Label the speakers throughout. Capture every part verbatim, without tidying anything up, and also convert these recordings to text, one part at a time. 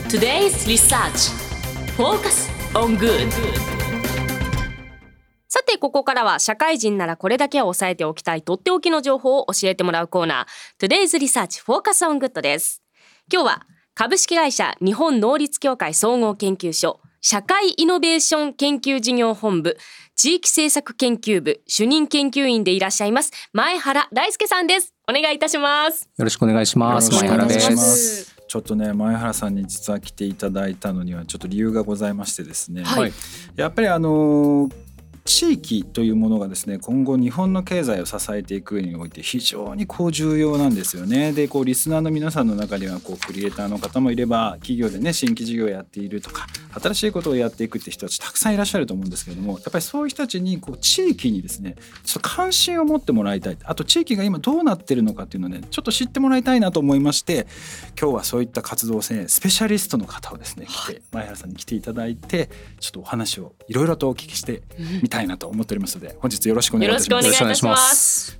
Speaker 1: Today's Research Focus on Good。 さてここからは社会人ならこれだけは押さえておきたいとっておきの情報を教えてもらうコーナー Today's Research Focus on Good です。今日は株式会社日本能率協会総合研究所社会イノベーション研究事業本部地域政策研究部主任研究員でいらっしゃいます前原大輔さんです。お願いいたします。
Speaker 2: よろしくお願いします。前原です。
Speaker 3: ちょっとね前原さんに実は来ていただいたのにはちょっと理由がございましてですね、
Speaker 1: はい、
Speaker 3: やっぱりあの地域というものがですね今後日本の経済を支えていく上において非常にこう重要なんですよね。でこうリスナーの皆さんの中にはこうクリエイターの方もいれば企業でね新規事業をやっているとか新しいことをやっていくって人たちたくさんいらっしゃると思うんですけれども、やっぱりそういう人たちにこう地域にですねちょっと関心を持ってもらいたい、あと地域が今どうなってるのかっていうのをねちょっと知ってもらいたいなと思いまして、今日はそういった活動をねスペシャリストの方をですね来て前原さんに来ていただいてちょっとお話をいろいろとお聞きしてみたいなと思っておりますので、本日よろしくお願いいたします。
Speaker 1: よろしくお願いいたします。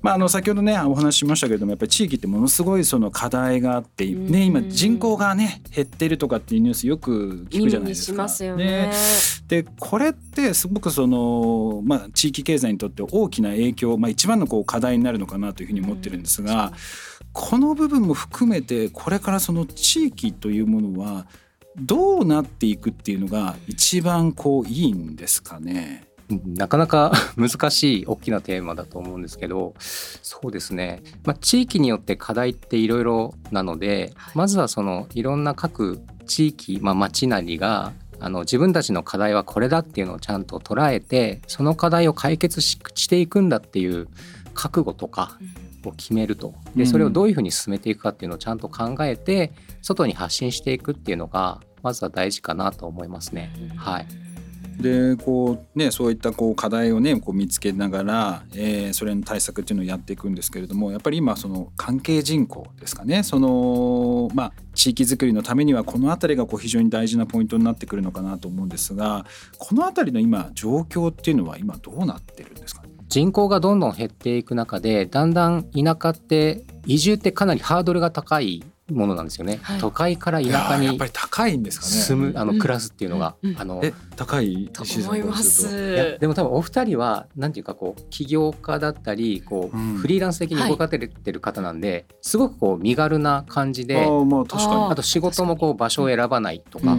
Speaker 3: まあ、あの先ほどねお話ししましたけれども、やっぱり地域ってものすごいその課題があってね、今人口がね減ってるとかっていうニュースよく聞くじゃないですか。
Speaker 1: 耳にしますよね。
Speaker 3: でこれってすごくその、まあ、地域経済にとって大きな影響、まあ、一番のこう課題になるのかなというふうに思ってるんですが、この部分も含めてこれからその地域というものはどうなっていくっていうのが一番こういいんですかね。
Speaker 2: なかなか難しい大きなテーマだと思うんですけど、そうですね、まあ、地域によって課題っていろいろなので、はい、まずはそのいろんな各地域、まあ、町なりがあの自分たちの課題はこれだっていうのをちゃんと捉えて、その課題を解決 し, していくんだっていう覚悟とかを決めると、でそれをどういうふうに進めていくかっていうのをちゃんと考えて外に発信していくっていうのがまずは大事かなと思いますね。はい。
Speaker 3: でこうね、そういったこう課題をねこう見つけながら、えー、それの対策っていうのをやっていくんですけれども、やっぱり今その関係人口ですかね、そのまあ地域づくりのためにはこのあたりがこう非常に大事なポイントになってくるのかなと思うんですが、このあたりの今状況っていうのは今どうなってるんですかね。
Speaker 2: 人口がどんどん減っていく中で、だんだん田舎って移住ってかなりハードルが高いものなんですよね、はい、都会から田舎に
Speaker 3: やっぱり高いんですかね、
Speaker 2: 住むあの暮らすっていうのが、
Speaker 1: うんうん、
Speaker 2: あの
Speaker 3: え高い
Speaker 1: と思います。
Speaker 2: いやでも多分お二人はなんていうかこう起業家だったりこう、うん、フリーランス的に動かれてる方なんで、はい、すごくこう身軽な感じで、
Speaker 3: あ、まあ、確かに
Speaker 2: あと仕事もこう場所を選ばないとか、うん、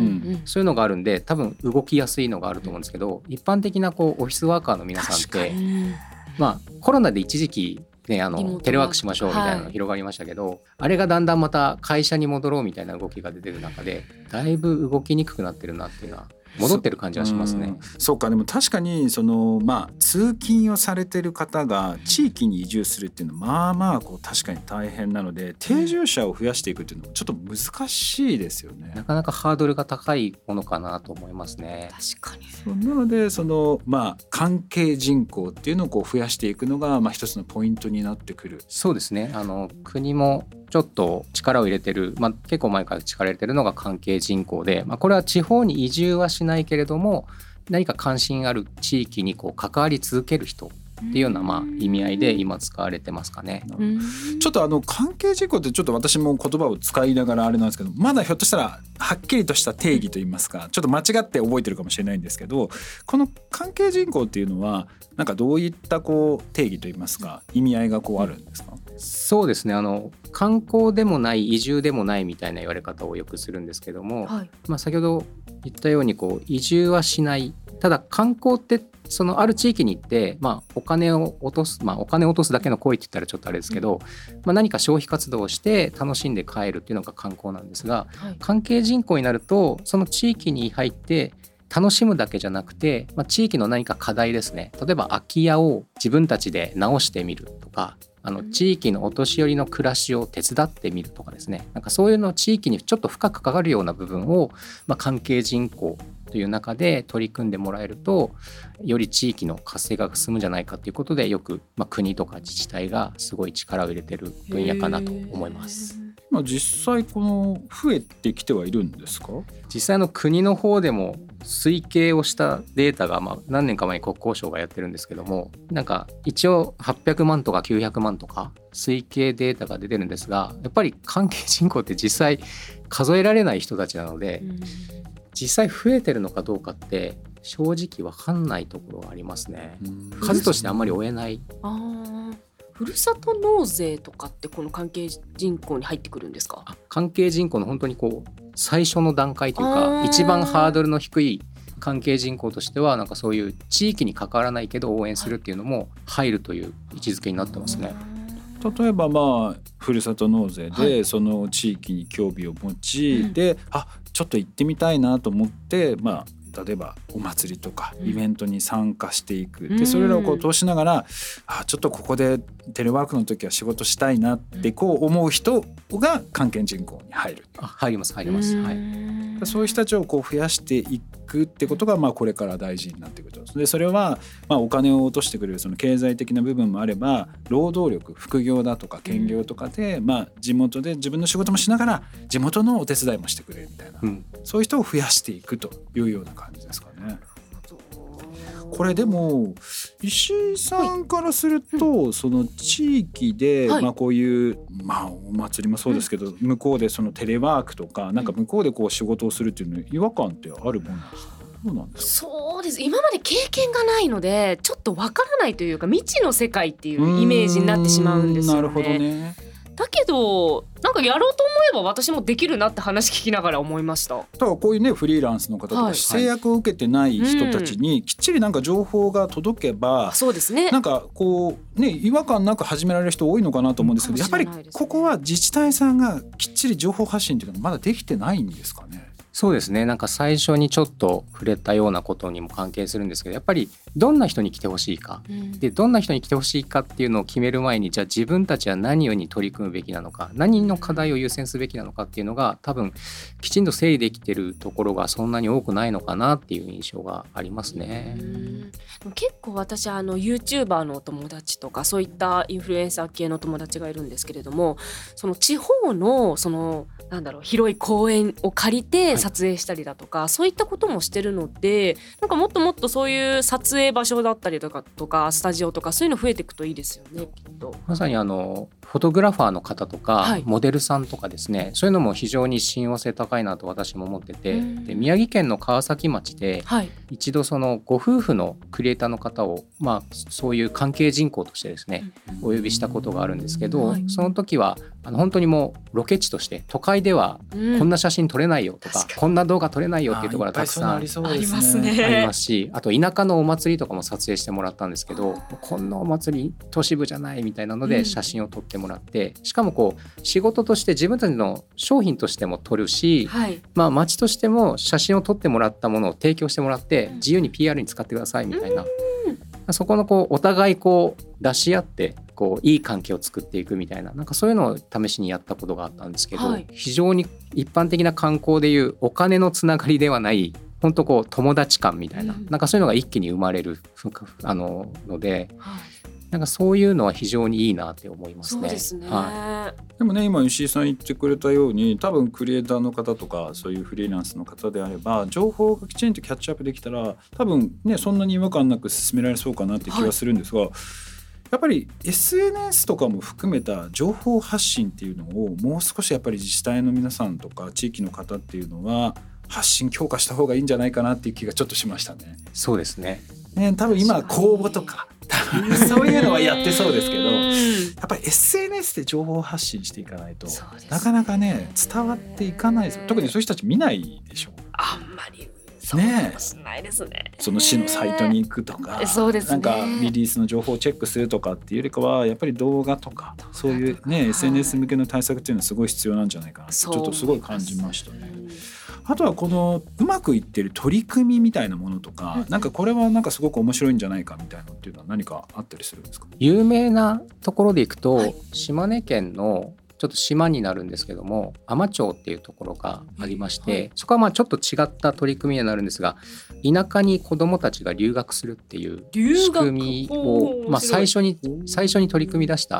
Speaker 2: そういうのがあるんで多分動きやすいのがあると思うんですけど、一般的なこうオフィスワーカーの皆さんって、まあ、コロナで一時期ね、あのテレワークしましょうみたいなのが広がりましたけど、はい、あれがだんだんまた会社に戻ろうみたいな動きが出てる中でだいぶ動きにくくなってるなっていうのは戻ってる感じはしますね。
Speaker 3: そ, そうか、でも確かにその、まあ、通勤をされてる方が地域に移住するっていうのはまあまあこう確かに大変なので、定住者を増やしていくっていうのもちょっと難しいですよね。
Speaker 2: なかなかハードルが高いものかなと思いますね。
Speaker 1: 確かに。
Speaker 3: そうなのでその、まあ、関係人口っていうのをこう増やしていくのが、まあ、一つのポイントになってくる。
Speaker 2: そうですね、あの国もちょっと力を入れてる、まあ、結構前から力を入れてるのが関係人口で、まあ、これは地方に移住はしないけれども何か関心ある地域にこう関わり続ける人っていうようなまあ意味合いで今使われてますかね。
Speaker 3: ちょっとあの関係人口ってちょっと私も言葉を使いながらあれなんですけど、まだひょっとしたらはっきりとした定義といいますかちょっと間違って覚えてるかもしれないんですけど、この関係人口っていうのはなんかどういったこう定義といいますか意味合いがこうあるんですか。
Speaker 2: そうですね、あの観光でもない移住でもないみたいな言われ方をよくするんですけども、はい、まあ、先ほど言ったようにこう移住はしない、ただ観光ってそのある地域に行って、まあ、お金を落とす、まあ、お金を落とすだけの行為って言ったらちょっとあれですけど、まあ、何か消費活動をして楽しんで帰るっていうのが観光なんですが、はい、関係人口になるとその地域に入って楽しむだけじゃなくて、まあ、地域の何か課題ですね、例えば空き家を自分たちで直してみるとか、あの地域のお年寄りの暮らしを手伝ってみるとかですね、なんかそういうの地域にちょっと深く関わるような部分を、まあ、関係人口という中で取り組んでもらえるとより地域の活性化が進むんじゃないかということで、よく、まあ、国とか自治体がすごい力を入れてる分野かなと思います。
Speaker 3: まあ、実際この増えてきてはいるんですか？
Speaker 2: 実際の国の方でも推計をしたデータが、まあ何年か前に国交省がやってるんですけども、なんか一応はっぴゃくまんとかきゅうひゃくまんとか推計データが出てるんですが、やっぱり関係人口って実際数えられない人たちなので、うん、実際増えてるのかどうかって正直分かんないところがありますね。数としてあんまり追えない。
Speaker 1: あ、ふるさと納税とかってこの関係人口に入ってくるんですか？
Speaker 2: 関係人口の本当にこう最初の段階というか一番ハードルの低い関係人口としては、なんかそういう地域に関わらないけど応援するっていうのも入るという位置づけになってますね。
Speaker 3: 例えばまあふるさと納税でその地域に興味を持ち、はい、で、あ、ちょっと行ってみたいなと思って、まあ例えばお祭りとかイベントに参加していく、うん、でそれらをこう通しながら、あ、ちょっとここでテレワークの時は仕事したいなってこう思う人が関係人口に入る。
Speaker 2: あ、入ります入ります、はい、
Speaker 3: そういう人たちをこう増やしていくってことが、まあこれから大事になってくると。でそれはまあお金を落としてくれるその経済的な部分もあれば、労働力、副業だとか兼業とかで、まあ地元で自分の仕事もしながら地元のお手伝いもしてくれるみたいな、うん、そういう人を増やしていくというような感じですかね。これでも石井さんからすると、はい、その地域で、はい、まあこういう、まあ、お祭りもそうですけど、うん、向こうでそのテレワークとかなんか向こうでこう仕事をするっていうのに違和感ってあるものなんですか？どうなんですか？
Speaker 1: そうです、今まで経験がないのでちょっとわからないというか未知の世界っていうイメージになってしまうんですよね。
Speaker 3: なるほどね。
Speaker 1: だけどなんかやろうと思えば私もできるなって話聞きながら思いました。
Speaker 3: だからこういうねフリーランスの方とか、はい、制約を受けてない人たちにきっちりなんか情報が届けば、うん、
Speaker 1: そうですね、
Speaker 3: なんかこうね違和感なく始められる人多いのかなと思うんですけど、やっぱりここは自治体さんがきっちり情報発信っていうのがまだできてないんですかね。
Speaker 2: そうですね、なんか最初にちょっと触れたようなことにも関係するんですけど、やっぱりどんな人に来てほしいか、うん、でどんな人に来てほしいかっていうのを決める前に、じゃあ自分たちは何に取り組むべきなのか、何の課題を優先すべきなのかっていうのが多分きちんと整理できてるところがそんなに多くないのかなっていう印象がありますね。
Speaker 1: うん、結構私あの YouTuber のお友達とかそういったインフルエンサー系の友達がいるんですけれども、その地方のそのなんだろう広い公園を借りて撮影したりだとか、はい、そういったこともしてるので、なんかもっともっとそういう撮影場所だったりとかとかスタジオとかそういうの増えていくといいですよね、きっと。
Speaker 2: まさにあのフォトグラファーの方とか、はい、モデルさんとかですね、そういうのも非常に親和性高いなと私も思ってて、で宮城県の川崎町で、はい、一度そのご夫婦のクリエイターの方を、まあ、そういう関係人口としてですね、お呼びしたことがあるんですけど、はい、その時はあの本当にもうロケ地として都会ではこんな写真撮れないよとか、うん、こんな動画撮れないよっていうところがたくさんあり
Speaker 1: ますね。
Speaker 2: ありますし、あと田舎のお祭りとかも撮影してもらったんですけど、こんなお祭り都市部じゃないみたいなので写真を撮ってもらって、うん、しかもこう仕事として自分たちの商品としても撮るし、はい、まあ町としても写真を撮ってもらったものを提供してもらって自由に ピーアール に使ってくださいみたいな、うん、そこのこうお互いこう出し合ってこういい関係を作っていくみたいな、なんかそういうのを試しにやったことがあったんですけど、はい、非常に一般的な観光でいうお金のつながりではない本当こう友達感みたいな、うん、なんかそういうのが一気に生まれるあのので、はい、なんかそういうのは非常にいいなって思いますね。
Speaker 1: そうですね、
Speaker 3: はい、でもね今石井さん言ってくれたように、多分クリエイターの方とかそういうフリーランスの方であれば情報がきちんとキャッチアップできたら多分ねそんなに違和感なく進められそうかなって気がするんですが、はい、やっぱり エスエヌエス とかも含めた情報発信っていうのをもう少しやっぱり自治体の皆さんとか地域の方っていうのは発信強化した方がいいんじゃないかなっていう気がちょっとしましたね。
Speaker 2: そうですね。
Speaker 3: ね、多分今公募とかそういうのはやってそうですけど、やっぱり エスエヌエス で情報発信していかないと、ね、なかなかね伝わっていかないですよ。特にそういう人たち見ないでしょ。
Speaker 1: あんまりそうかもしれないですね。
Speaker 3: その市のサイトに行くとか、
Speaker 1: そうですね、
Speaker 3: なんかリリースの情報をチェックするとかっていうよりかはやっぱり動画とかそういうね、はい、エスエヌエス 向けの対策っていうのはすごい必要なんじゃないかなってちょっとすごい感じましたね。あとはこのうまくいってる取り組みみたいなものとか、なんかこれはなんかすごく面白いんじゃないかみたいなのっていうのは何かあったりするんですか？
Speaker 2: 有名なところでいくと、はい、島根県のちょっと島になるんですけども海士町っていうところがありまして、はい、そこはまあちょっと違った取り組みになるんですが、田舎に子どもたちが留学するっていう仕組みを、まあ、最初に最初に取り組み出した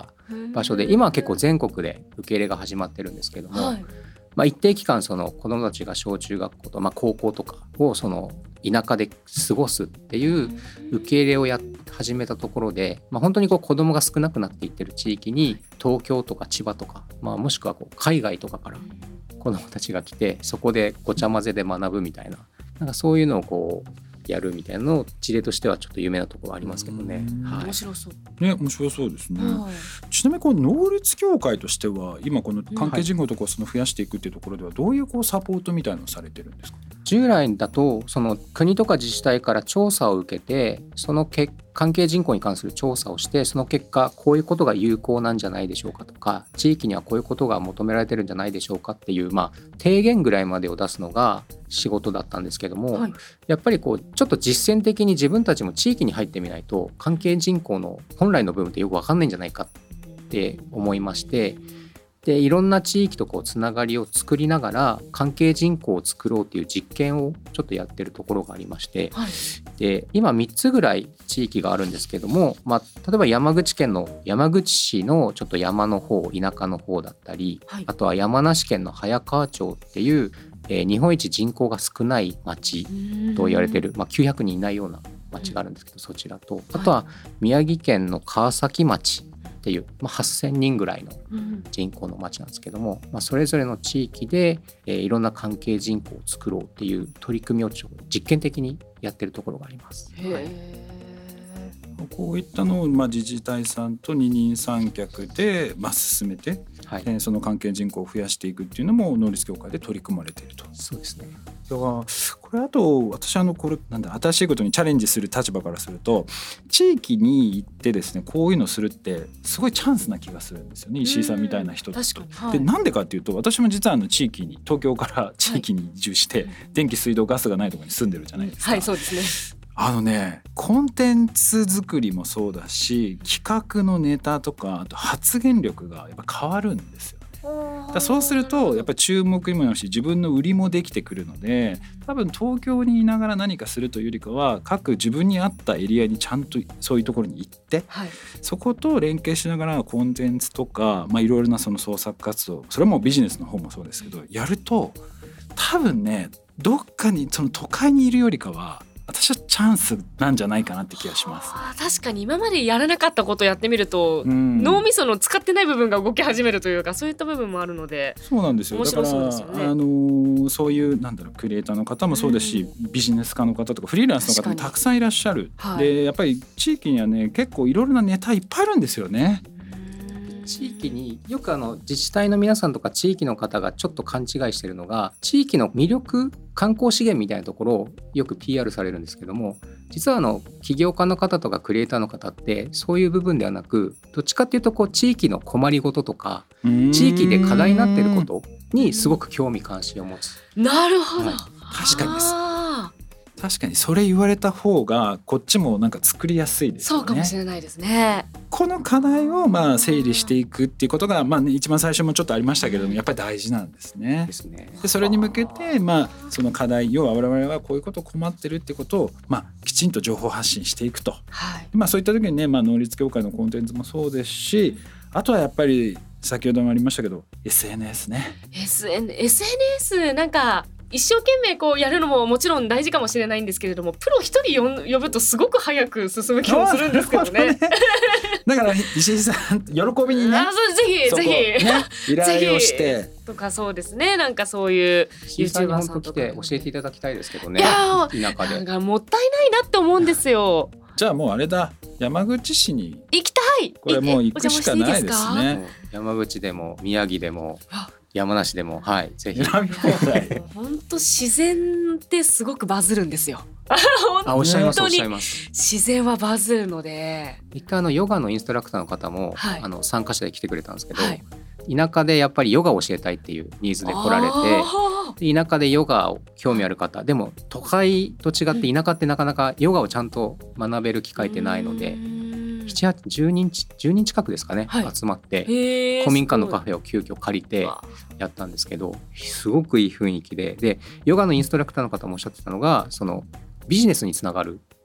Speaker 2: 場所で今は結構全国で受け入れが始まってるんですけども、
Speaker 1: はい、
Speaker 2: まあ、一定期間その子どもたちが小中学校と、まあ、高校とかをその田舎で過ごすっていう受け入れをや始めたところで、まあ、本当にこう子どもが少なくなっていってる地域に東京とか千葉とか、まあ、もしくはこう海外とかから子どもたちが来てそこでごちゃ混ぜで学ぶみたいな、なんかそういうのをこうやるみたいなのを事例としてはちょっと有名なところありますけどね。
Speaker 1: はい、面白そう
Speaker 3: ね、面白そうですね。
Speaker 1: はい、
Speaker 3: ちなみにこの能率協会としては今この関係人口とかをその増やしていくっていうところではどういうこうサポートみたいなのをされてるんですか？
Speaker 2: 従来だとその国とか自治体から調査を受けてそのけ関係人口に関する調査をしてその結果こういうことが有効なんじゃないでしょうかとか地域にはこういうことが求められてるんじゃないでしょうかっていう、まあ、提言ぐらいまでを出すのが仕事だったんですけども、はい、やっぱりこうちょっと実践的に自分たちも地域に入ってみないと関係人口の本来の部分ってよく分かんないんじゃないかって思いまして、でいろんな地域とこうつながりを作りながら関係人口を作ろうという実験をちょっとやってるところがありまして、はい、で今みっつぐらい地域があるんですけども、まあ、例えば山口県の山口市のちょっと山の方田舎の方だったり、はい、あとは山梨県の早川町っていう、えー、日本一人口が少ない町と言われてる、まあ、きゅうひゃくにんいないような町があるんですけど、そちらとあとは宮城県の川崎町っていう、まあ、はっせんにんぐらいの人口の町なんですけども、まあ、それぞれの地域で、えー、いろんな関係人口を作ろうっていう取り組みを実験的にやってるところがあります。
Speaker 1: へー、
Speaker 2: はい、
Speaker 3: こういったのを、まあ、自治体さんと二人三脚で、まあ、進めて、はい、えー、その関係人口を増やしていくっていうのも能率協会で取り組まれていると。
Speaker 2: そうですね。
Speaker 3: だからこれあと私あのこれなんだ新しいことにチャレンジする立場からすると地域に行ってですねこういうのするってすごいチャンスな気がするんですよね、石井さんみたいな人だと。
Speaker 1: 確かに、はい、
Speaker 3: でなんでかっていうと私も実はあの地域に東京から地域に移住して、はい、電気水道ガスがないところに住んでるじゃないですか。
Speaker 1: はい、そうですね。
Speaker 3: あのねコンテンツ作りもそうだし企画のネタとかあと発言力がやっぱ変わるんですよ。だそうするとやっぱり注目にもなるし自分の売りもできてくるので、多分東京にいながら何かするというよりかは各自分に合ったエリアにちゃんとそういうところに行って、はい、そこと連携しながらコンテンツとか、まあ、いろいろなその創作活動、それはもうビジネスの方もそうですけどやると多分ねどっかにその都会にいるよりかは私はチャンスなんじゃないかなって気がします。
Speaker 1: あ、確かに今までやらなかったことをやってみると、うん、脳みその使ってない部分が動き始めるというかそういった部分もあるので。
Speaker 3: そうなんですよ。面白そうですよね。だからあのー、そういうなんだろうクリエイターの方もそうですし、うん、ビジネス家の方とかフリーランスの方もたくさんいらっしゃる、はい、でやっぱり地域にはね結構いろいろなネタいっぱいあるんですよね。
Speaker 2: 地域によくあの自治体の皆さんとか地域の方がちょっと勘違いしてるのが地域の魅力観光資源みたいなところをよく ピーアール されるんですけども、実はあの起業家の方とかクリエイターの方ってそういう部分ではなくどっちかっていうとこう地域の困りごととか地域で課題になっていることにすごく興味関心を持つ。
Speaker 1: なるほど、はい、
Speaker 3: 確かにです。確かにそれ言われた方がこっちもなんか作りやすいですよね。
Speaker 1: そうかもしれないですね。
Speaker 3: この課題をまあ整理していくっていうことがまあ、ね、一番最初もちょっとありましたけれどもやっぱり大事なんですね。
Speaker 2: ですね。
Speaker 3: でそれに向けてまあその課題要は我々はこういうこと困ってるってことをまあきちんと情報発信していくと、はい、まあそういった時にねまあ能率協会のコンテンツもそうですし、あとはやっぱり先ほどもありましたけど エスエヌエス ね。
Speaker 1: エスエヌエス なんか一生懸命こうやるのももちろん大事かもしれないんですけれども、プロ一人呼ぶとすごく早く進む気もするんですけどね。ね
Speaker 3: だから石井さん喜びにね、
Speaker 1: あそうぜひぜひ、
Speaker 3: ね、依頼をして
Speaker 1: とかそうですね、なんかそういう
Speaker 2: YouTuber さんとか来て教えていただきたいですけどね。いや田舎でなん
Speaker 1: かもったいないなって思うんですよ。
Speaker 3: じゃあもうあれだ、山口市に
Speaker 1: 行きたい。
Speaker 3: これもう行くしかないですね。
Speaker 2: 山口でも宮城でも山梨でも、はい、ぜひ
Speaker 3: 選び放題。
Speaker 1: 本当自然ってすごくバズるんですよ。
Speaker 2: あ、おっしゃいますおっしゃいます。
Speaker 1: 自然はバズるので、
Speaker 2: 一回あのヨガのインストラクターの方も、はい、あの参加者で来てくれたんですけど、はい、田舎でやっぱりヨガを教えたいっていうニーズで来られて、田舎でヨガを興味ある方でも都会と違って田舎ってなかなかヨガをちゃんと学べる機会ってないので、なな、はち、じゅうにん、じゅうにん近くですかね、はい、集まって古民家のカフェを急遽借りてやったんですけど、すごくいい雰囲気で、でヨガのインストラクターの方もおっしゃってたのが、そのビジネスにつながる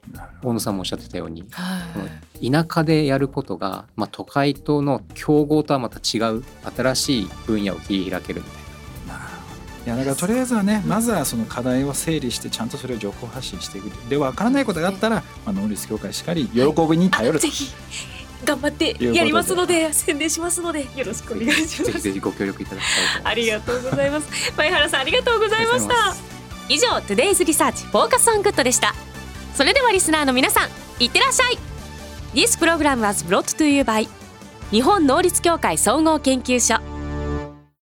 Speaker 2: 大野さんもおっしゃってたように、田舎でやることが、まあ、都会との競合とはまた違う新しい分野を切り開けるみたいな。
Speaker 3: いやだからとりあえずはね、まずはその課題を整理してちゃんとそれを情報発信していく。で分からないことがあったら、まあ、能率協会しっかり喜びに頼ると、
Speaker 1: ぜひ頑張ってやりますので、宣伝しますのでよろしくお願いします。
Speaker 2: ぜひぜひご協力いただきたいと思います。
Speaker 1: ありがとうございます。前原さんありがとうございました。以上 Today's Research Focus on Good でした。それではリスナーの皆さんいってらっしゃい。 This program was brought to you by 日本能率協会総合研究所。